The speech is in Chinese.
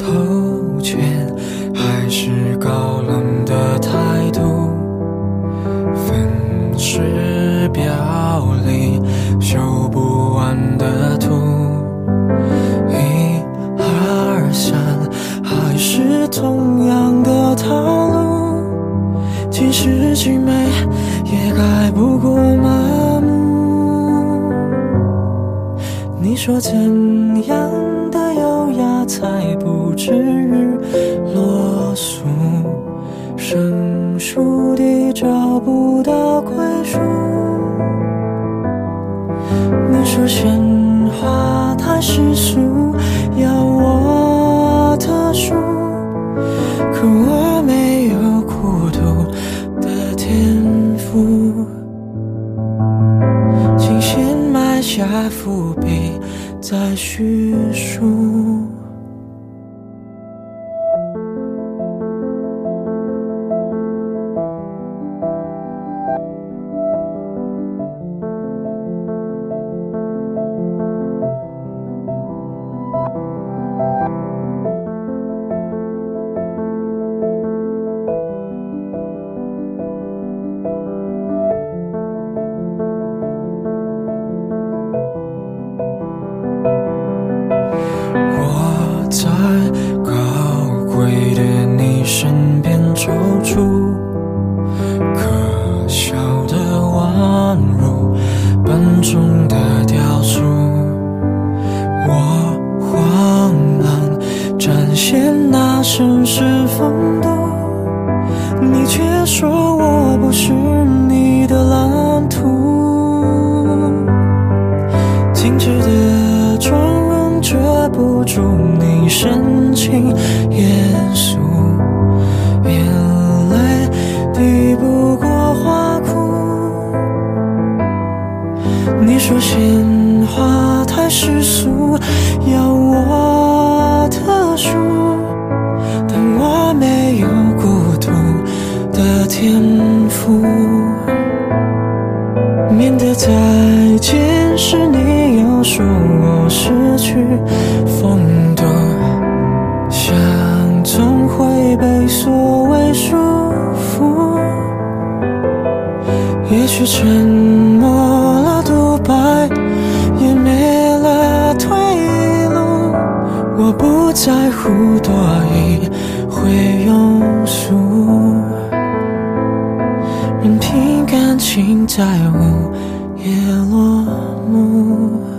头前，还是高冷的态度。分时表里修不完的图，1、2、3，还是同样的套路。即使极美，也改不过麻木。你说怎样的优雅才不至于落俗？生疏地找不到归属。你说鲜花太世俗，要我特殊，可我没有孤独的天赋。请先埋下伏笔，再叙述。我在高贵的你身边踌躇，可笑的宛如笨重的雕塑。我慌忙展现那绅士风度，你却说我不是你的蓝图。精致的妆容遮不住你深情严肃，眼泪抵不过花枯。你说鲜花太世俗，要我特殊，但我没有孤独的天赋。免得再见时你又说我失去风度，想总会被所谓束缚。也许沉默了独白，也没了退路。我不在乎多一回庸俗，任凭感情在午夜落幕。